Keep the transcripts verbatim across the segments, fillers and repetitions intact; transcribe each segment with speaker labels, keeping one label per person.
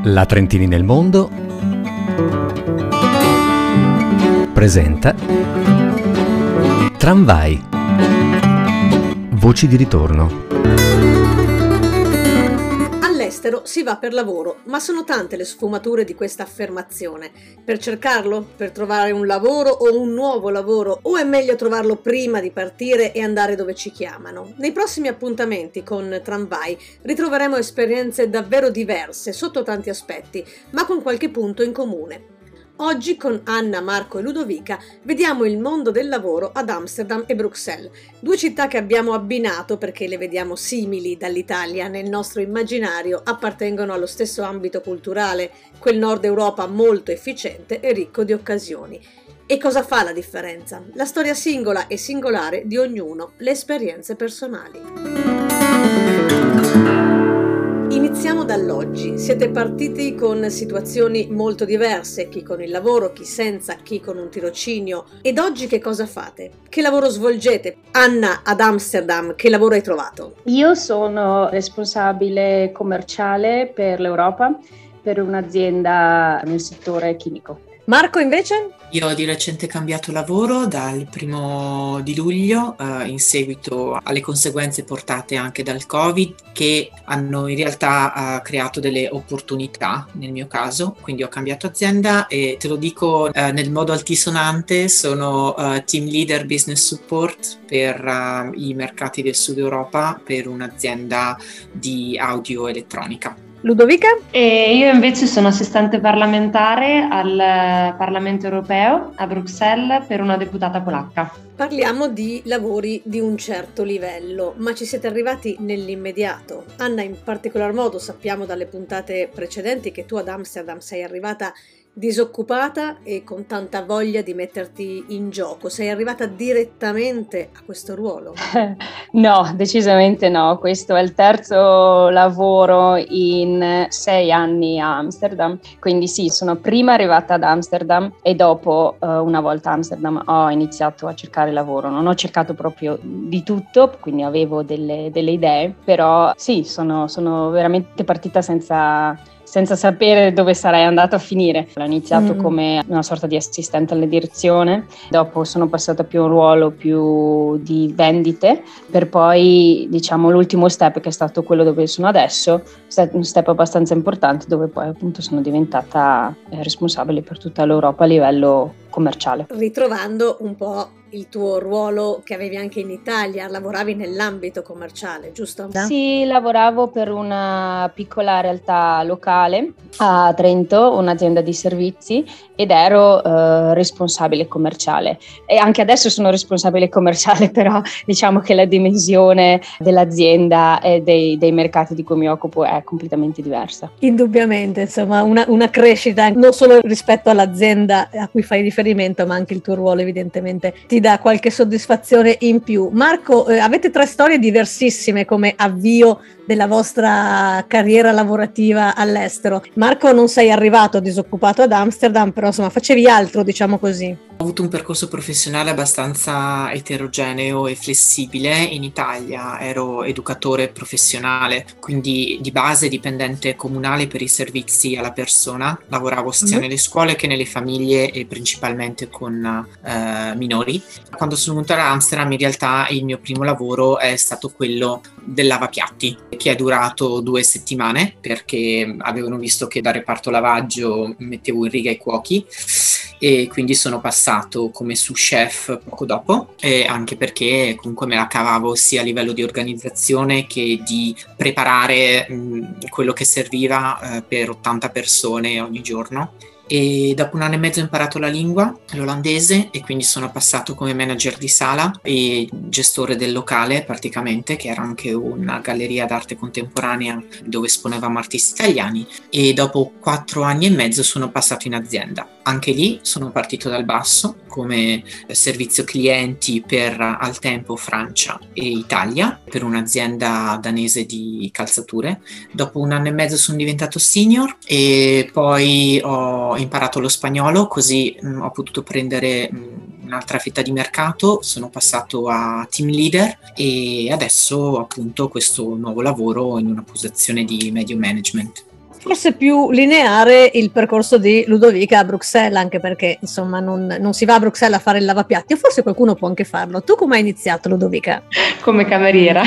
Speaker 1: La Trentini nel mondo presenta Tramvai. Voci di ritorno.
Speaker 2: All'estero si va per lavoro, ma sono tante le sfumature di questa affermazione. Per cercarlo? Per trovare un lavoro o un nuovo lavoro? O è meglio trovarlo prima di partire e andare dove ci chiamano? Nei prossimi appuntamenti con Tramvai ritroveremo esperienze davvero diverse sotto tanti aspetti, ma con qualche punto in comune. Oggi con Anna, Marco e Ludovica vediamo il mondo del lavoro ad Amsterdam e Bruxelles, due città che abbiamo abbinato perché le vediamo simili dall'Italia, nel nostro immaginario appartengono allo stesso ambito culturale, quel Nord Europa molto efficiente e ricco di occasioni. E cosa fa la differenza? La storia singola e singolare di ognuno, le esperienze personali. Iniziamo dall'oggi. Siete partiti con situazioni molto diverse, chi con il lavoro, chi senza, chi con un tirocinio. Ed oggi che cosa fate? Che lavoro svolgete? Anna, ad Amsterdam, che lavoro hai trovato?
Speaker 3: Io sono responsabile commerciale per l'Europa, per un'azienda nel settore chimico.
Speaker 2: Marco invece?
Speaker 4: Io ho di recente cambiato lavoro dal primo di luglio eh, in seguito alle conseguenze portate anche dal Covid, che hanno in realtà eh, creato delle opportunità nel mio caso, quindi ho cambiato azienda e te lo dico eh, nel modo altisonante, sono eh, team leader business support per eh, i mercati del Sud Europa per un'azienda di audio elettronica.
Speaker 2: Ludovica?
Speaker 3: E io invece sono assistente parlamentare al Parlamento europeo a Bruxelles per una deputata polacca.
Speaker 2: Parliamo di lavori di un certo livello, ma ci siete arrivati nell'immediato. Anna, in particolar modo sappiamo dalle puntate precedenti che tu ad Amsterdam sei arrivata disoccupata e con tanta voglia di metterti in gioco. Sei arrivata direttamente a questo ruolo?
Speaker 3: No, decisamente no. Questo è il terzo lavoro in sei anni a Amsterdam. Quindi sì, sono prima arrivata ad Amsterdam e dopo, uh, una volta a Amsterdam, ho iniziato a cercare lavoro. Non ho cercato proprio di tutto, quindi avevo delle, delle idee, però sì, sono, sono veramente partita senza... senza sapere dove sarei andato a finire. Ho iniziato mm. come una sorta di assistente alla direzione, dopo sono passata più a un ruolo più di vendite, per poi diciamo l'ultimo step che è stato quello dove sono adesso, un step abbastanza importante dove poi appunto sono diventata responsabile per tutta l'Europa a livello commerciale.
Speaker 2: Ritrovando un po' il tuo ruolo che avevi anche in Italia, lavoravi nell'ambito commerciale, giusto?
Speaker 3: Sì, lavoravo per una piccola realtà locale a Trento, un'azienda di servizi, ed ero eh, responsabile commerciale. E anche adesso sono responsabile commerciale, però diciamo che la dimensione dell'azienda e dei, dei mercati di cui mi occupo è completamente diversa.
Speaker 2: Indubbiamente, insomma, una, una crescita non solo rispetto all'azienda a cui fai riferimento, ma anche il tuo ruolo evidentemente ti dà qualche soddisfazione in più. Marco, eh, avete tre storie diversissime come avvio della vostra carriera lavorativa all'estero. Marco, non sei arrivato disoccupato ad Amsterdam, però insomma facevi altro, diciamo così.
Speaker 4: Ho avuto un percorso professionale abbastanza eterogeneo e flessibile. In Italia ero educatore professionale, quindi di base dipendente comunale per i servizi alla persona. Lavoravo sia mm-hmm. nelle scuole che nelle famiglie e principalmente con eh, minori. Quando sono venuta ad Amsterdam, in realtà il mio primo lavoro è stato quello del lavapiatti, che è durato due settimane perché avevano visto che da reparto lavaggio mettevo in riga i cuochi e quindi sono passato come sous chef poco dopo, e anche perché comunque me la cavavo sia a livello di organizzazione che di preparare mh, quello che serviva eh, per ottanta persone ogni giorno. E dopo un anno e mezzo ho imparato la lingua, l'olandese, e quindi sono passato come manager di sala e gestore del locale praticamente, che era anche una galleria d'arte contemporanea dove esponevamo artisti italiani, e dopo quattro anni e mezzo sono passato in azienda. Anche lì sono partito dal basso come servizio clienti per al tempo Francia e Italia per un'azienda danese di calzature. Dopo un anno e mezzo sono diventato senior e poi ho imparato lo spagnolo, così mh, ho potuto prendere mh, un'altra fetta di mercato, sono passato a team leader e adesso appunto questo nuovo lavoro in una posizione di medio management.
Speaker 2: Forse più lineare il percorso di Ludovica a Bruxelles, anche perché insomma non, non si va a Bruxelles a fare il lavapiatti, o forse qualcuno può anche farlo. Tu come hai iniziato, Ludovica?
Speaker 3: Come cameriera.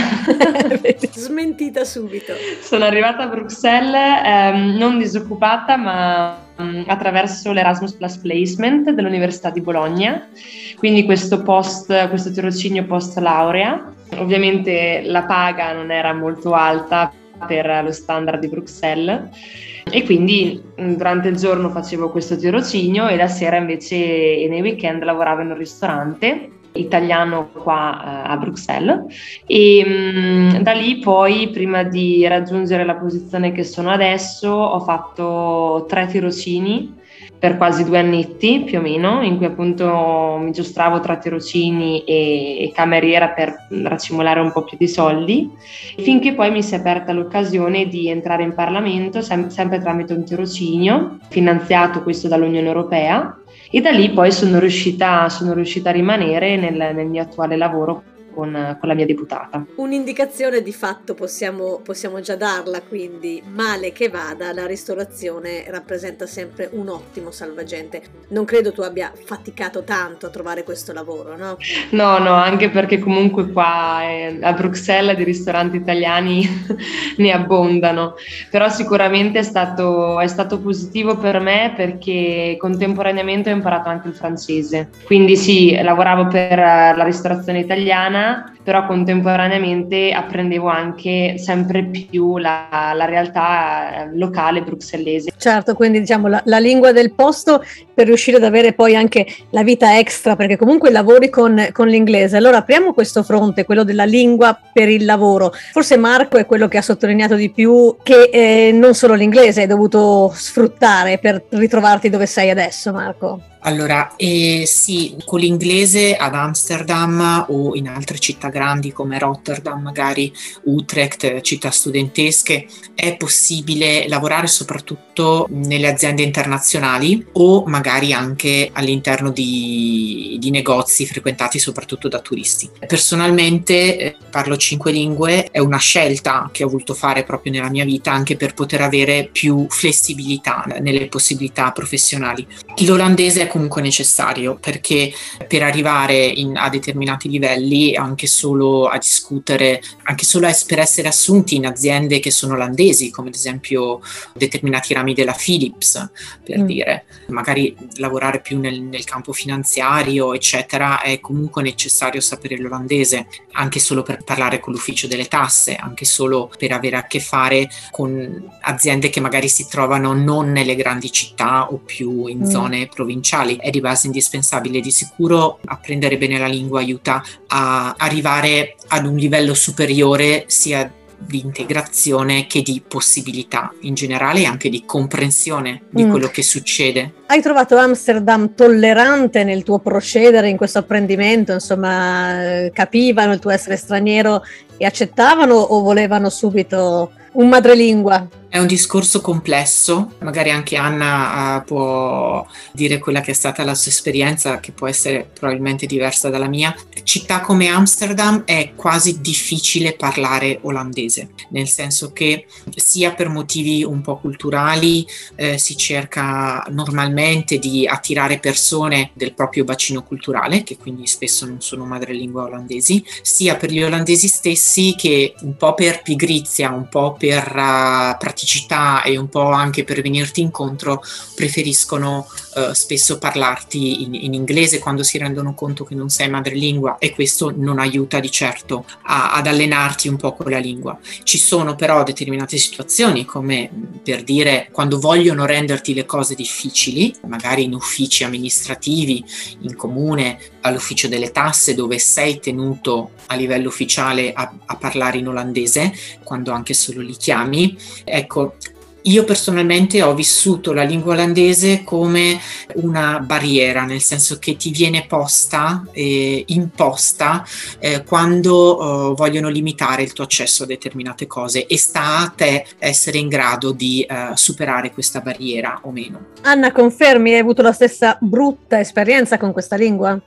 Speaker 2: Smentita subito.
Speaker 3: Sono arrivata a Bruxelles ehm, non disoccupata, ma um, attraverso l'Erasmus Plus Placement dell'Università di Bologna, quindi questo post, questo tirocinio post laurea. Ovviamente la paga non era molto alta per lo standard di Bruxelles e quindi durante il giorno facevo questo tirocinio e la sera invece e nei weekend lavoravo in un ristorante italiano qua uh, a Bruxelles e um, da lì poi, prima di raggiungere la posizione che sono adesso, ho fatto tre tirocini per quasi due annetti più o meno, in cui appunto mi giostravo tra tirocini e, e cameriera per racimolare un po' più di soldi, finché poi mi si è aperta l'occasione di entrare in Parlamento, sem- sempre tramite un tirocinio finanziato questo dall'Unione Europea, e da lì poi sono riuscita, sono riuscita a rimanere nel, nel mio attuale lavoro con, con la mia deputata.
Speaker 2: Un'indicazione di fatto possiamo, possiamo già darla, quindi male che vada, la ristorazione rappresenta sempre un ottimo salvagente. Non credo tu abbia faticato tanto a trovare questo lavoro, no?
Speaker 3: No, no, anche perché comunque qua eh, a Bruxelles di ristoranti italiani ne abbondano, però sicuramente è stato, è stato positivo per me perché contemporaneamente ho imparato anche il francese, quindi sì, lavoravo per la ristorazione italiana, però contemporaneamente apprendevo anche sempre più la, la realtà locale bruxellese.
Speaker 2: Certo, quindi diciamo la, la lingua del posto per riuscire ad avere poi anche la vita extra, perché comunque lavori con, con l'inglese. Allora apriamo questo fronte, quello della lingua per il lavoro. Forse Marco è quello che ha sottolineato di più che eh, non solo l'inglese hai dovuto sfruttare per ritrovarti dove sei adesso, Marco.
Speaker 4: Allora, eh, sì, con l'inglese ad Amsterdam o in altre città grandi come Rotterdam, magari Utrecht, città studentesche, è possibile lavorare soprattutto nelle aziende internazionali o magari anche all'interno di, di negozi frequentati soprattutto da turisti. Personalmente eh, parlo cinque lingue, è una scelta che ho voluto fare proprio nella mia vita anche per poter avere più flessibilità nelle possibilità professionali. L'olandese è comunque necessario perché per arrivare in, a determinati livelli, anche solo a discutere, anche solo a, per essere assunti in aziende che sono olandesi, come ad esempio determinati rami della Philips, per mm. dire, magari lavorare più nel, nel campo finanziario, eccetera, è comunque necessario sapere l'olandese, anche solo per parlare con l'ufficio delle tasse, anche solo per avere a che fare con aziende che magari si trovano non nelle grandi città o più in mm. zone provinciali. È di base indispensabile. Di sicuro apprendere bene la lingua aiuta a arrivare ad un livello superiore sia di integrazione che di possibilità in generale e anche di comprensione di mm. quello che succede.
Speaker 2: Hai trovato Amsterdam tollerante nel tuo procedere in questo apprendimento? Insomma, capivano il tuo essere straniero e accettavano o volevano subito un madrelingua?
Speaker 4: È un discorso complesso, magari anche Anna uh, può dire quella che è stata la sua esperienza, che può essere probabilmente diversa dalla mia. Città come Amsterdam è quasi difficile parlare olandese, nel senso che sia per motivi un po' culturali eh, si cerca normalmente di attirare persone del proprio bacino culturale, che quindi spesso non sono madrelingua olandesi, sia per gli olandesi stessi che un po' per pigrizia, un po' per uh, praticità e un po' anche per venirti incontro preferiscono uh, spesso parlarti in, in inglese quando si rendono conto che non sei madrelingua, e questo non aiuta di certo a, ad allenarti un po' con la lingua. Ci sono però determinate situazioni, come per dire quando vogliono renderti le cose difficili, magari in uffici amministrativi, in comune, all'ufficio delle tasse, dove sei tenuto a livello ufficiale a, a parlare in olandese, quando anche solo li chiami. Ecco, io personalmente ho vissuto la lingua olandese come una barriera, nel senso che ti viene posta, eh, imposta, eh, quando eh, vogliono limitare il tuo accesso a determinate cose, e sta a te essere in grado di eh, superare questa barriera o meno.
Speaker 2: Anna, confermi, hai avuto la stessa brutta esperienza con questa lingua?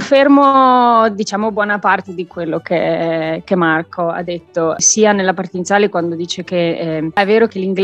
Speaker 3: Confermo, diciamo, buona parte di quello che, che Marco ha detto, sia nella parte iniziale quando dice che eh, è vero che l'inglese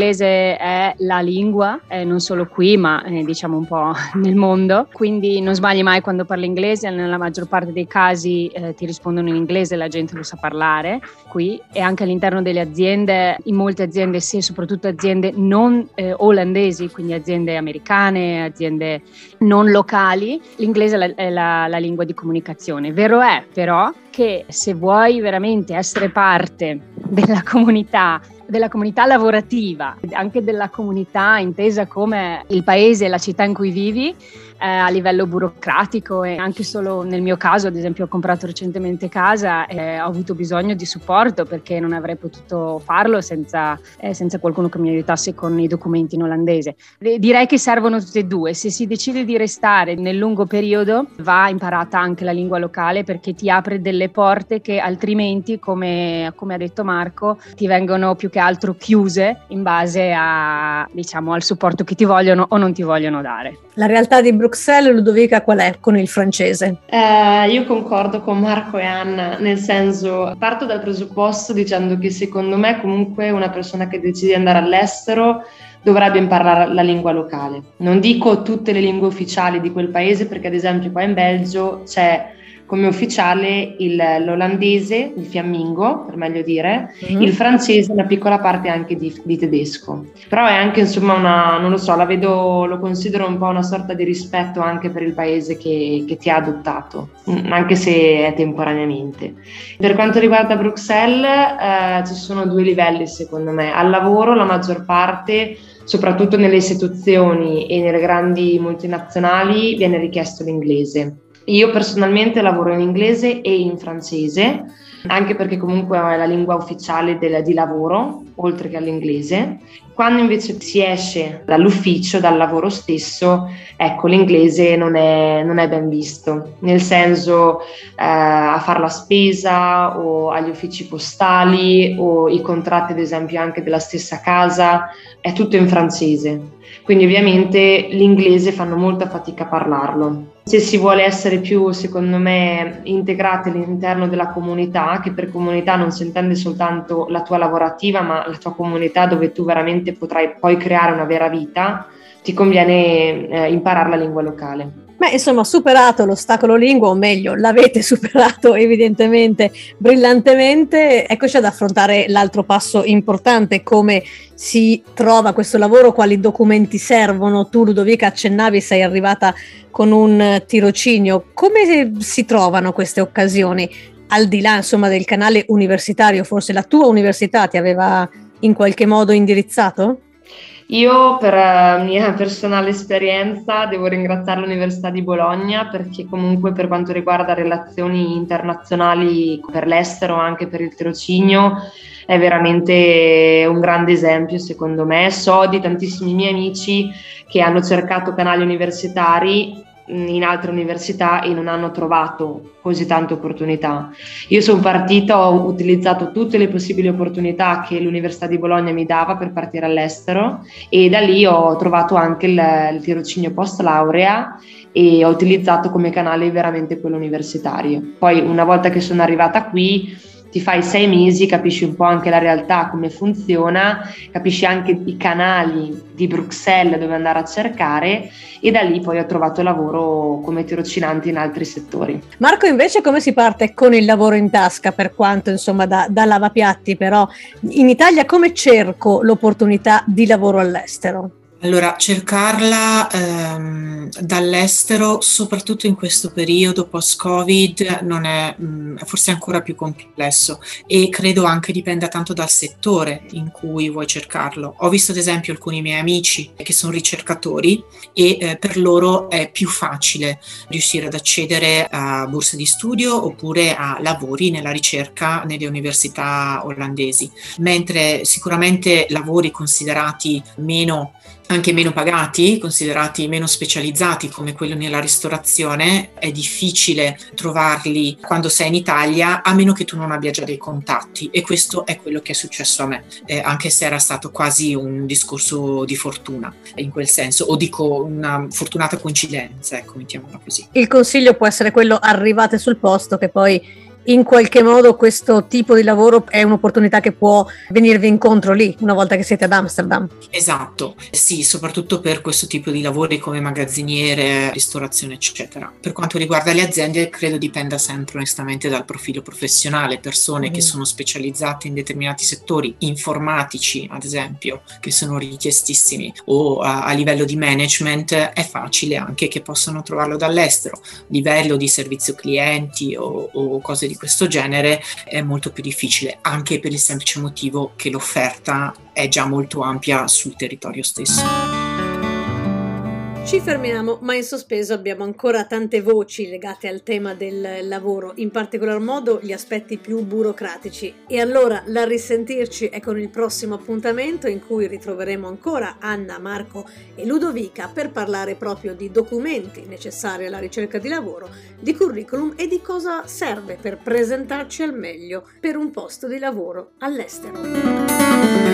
Speaker 3: l'inglese è la lingua, eh, non solo qui ma eh, diciamo un po' nel mondo, quindi non sbagli mai quando parli inglese, nella maggior parte dei casi eh, ti rispondono in inglese, la gente lo sa parlare qui, e anche all'interno delle aziende, in molte aziende sì, soprattutto aziende non eh, olandesi, quindi aziende americane, aziende non locali, l'inglese è la, è la, la lingua di comunicazione. Vero è però che se vuoi veramente essere parte della comunità, della comunità lavorativa, anche della comunità intesa come il paese e la città in cui vivi, eh, a livello burocratico, e anche solo nel mio caso, ad esempio ho comprato recentemente casa e ho avuto bisogno di supporto perché non avrei potuto farlo senza, eh, senza qualcuno che mi aiutasse con i documenti in olandese. E direi che servono tutte e due. Se si decide di restare nel lungo periodo va imparata anche la lingua locale, perché ti apre delle porte che altrimenti, come, come ha detto Marco, ti vengono più che altro chiuse in base a, diciamo, al supporto che ti vogliono o non ti vogliono dare.
Speaker 2: La realtà di Bruxelles, Ludovica, qual è con il francese?
Speaker 5: Eh, io concordo con Marco e Anna, nel senso, parto dal presupposto dicendo che secondo me comunque una persona che decide di andare all'estero dovrebbe imparare la lingua locale. Non dico tutte le lingue ufficiali di quel paese, perché ad esempio qua in Belgio c'è come ufficiale il, l'olandese, il fiammingo per meglio dire, mm-hmm. il francese, una piccola parte anche di, di tedesco. Però è anche insomma una, non lo so, la vedo, lo considero un po' una sorta di rispetto anche per il paese che, che ti ha adottato, anche se è temporaneamente. Per quanto riguarda Bruxelles, eh, ci sono due livelli secondo me. Al lavoro la maggior parte, soprattutto nelle istituzioni e nelle grandi multinazionali, viene richiesto l'inglese. Io personalmente lavoro in inglese e in francese, anche perché comunque è la lingua ufficiale del, di lavoro, oltre che all'inglese. Quando invece si esce dall'ufficio, dal lavoro stesso, ecco, l'inglese non è, non è ben visto, nel senso eh, a fare la spesa o agli uffici postali o i contratti ad esempio anche della stessa casa, è tutto in francese. Quindi ovviamente l'inglese fanno molta fatica a parlarlo. Se si vuole essere più, secondo me, integrati all'interno della comunità, che per comunità non si intende soltanto la tua lavorativa, ma la tua comunità dove tu veramente potrai poi creare una vera vita, ti conviene eh, imparare la lingua locale.
Speaker 2: Beh, insomma, superato l'ostacolo lingua, o meglio, l'avete superato evidentemente brillantemente, eccoci ad affrontare l'altro passo importante: come si trova questo lavoro, quali documenti servono. Tu, Ludovica, accennavi, sei arrivata con un tirocinio. Come si trovano queste occasioni? Al di là, insomma, del canale universitario, forse la tua università ti aveva in qualche modo indirizzato?
Speaker 5: Io per uh, mia personale esperienza devo ringraziare l'Università di Bologna, perché comunque per quanto riguarda relazioni internazionali per l'estero, anche per il tirocinio, è veramente un grande esempio secondo me. So di tantissimi miei amici che hanno cercato canali universitari in altre università e non hanno trovato così tante opportunità. Io sono partita, ho utilizzato tutte le possibili opportunità che l'Università di Bologna mi dava per partire all'estero, e da lì ho trovato anche il, il tirocinio post laurea e ho utilizzato come canale veramente quello universitario. Poi una volta che sono arrivata qui ti fai sei mesi, capisci un po' anche la realtà, come funziona, capisci anche i canali di Bruxelles dove andare a cercare, e da lì poi ho trovato lavoro come tirocinante in altri settori.
Speaker 2: Marco, invece, come si parte con il lavoro in tasca, per quanto insomma da, da lavapiatti, però in Italia come cerco l'opportunità di lavoro all'estero?
Speaker 4: Allora, cercarla ehm, dall'estero, soprattutto in questo periodo post-Covid, non è mh, forse ancora più complesso, e credo anche dipenda tanto dal settore in cui vuoi cercarlo. Ho visto ad esempio alcuni miei amici che sono ricercatori e eh, per loro è più facile riuscire ad accedere a borse di studio oppure a lavori nella ricerca nelle università olandesi, mentre sicuramente lavori considerati meno anche meno pagati, considerati meno specializzati come quello nella ristorazione, è difficile trovarli quando sei in Italia, a meno che tu non abbia già dei contatti, e questo è quello che è successo a me, eh, anche se era stato quasi un discorso di fortuna in quel senso, o dico una fortunata coincidenza, ecco, mettiamola così.
Speaker 2: Il consiglio può essere quello: arrivate sul posto, che poi in qualche modo questo tipo di lavoro è un'opportunità che può venirvi incontro lì, una volta che siete ad Amsterdam.
Speaker 4: Esatto, sì, soprattutto per questo tipo di lavori come magazziniere, ristorazione, eccetera. Per quanto riguarda le aziende, credo dipenda sempre onestamente dal profilo professionale, persone mm. che sono specializzate in determinati settori, informatici ad esempio, che sono richiestissimi, o a, a livello di management è facile anche che possano trovarlo dall'estero. Livello di servizio clienti o, o cose di questo genere è molto più difficile, anche per il semplice motivo che l'offerta è già molto ampia sul territorio stesso.
Speaker 2: Ci fermiamo, ma in sospeso abbiamo ancora tante voci legate al tema del lavoro, in particolar modo gli aspetti più burocratici. E allora la risentirci è con il prossimo appuntamento, in cui ritroveremo ancora Anna, Marco e Ludovica per parlare proprio di documenti necessari alla ricerca di lavoro, di curriculum e di cosa serve per presentarci al meglio per un posto di lavoro all'estero.